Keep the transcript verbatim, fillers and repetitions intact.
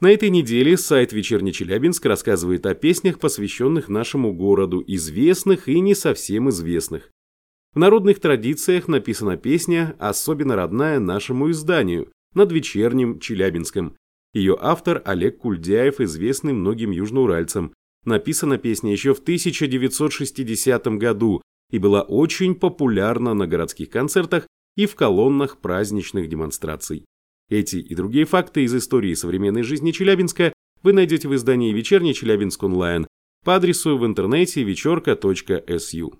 На этой неделе сайт «Вечерний Челябинск» рассказывает о песнях, посвященных нашему городу, известных и не совсем известных. В народных традициях написана песня, особенно родная нашему изданию, над «Вечерним Челябинском». Ее автор Олег Кульдяев, известный многим южноуральцам. Написана песня еще в тысяча девятьсот шестидесятом году и была очень популярна на городских концертах и в колоннах праздничных демонстраций. Эти и другие факты из истории современной жизни Челябинска вы найдете в издании «Вечерний Челябинск онлайн» по адресу в интернете вечерка точка эс ю.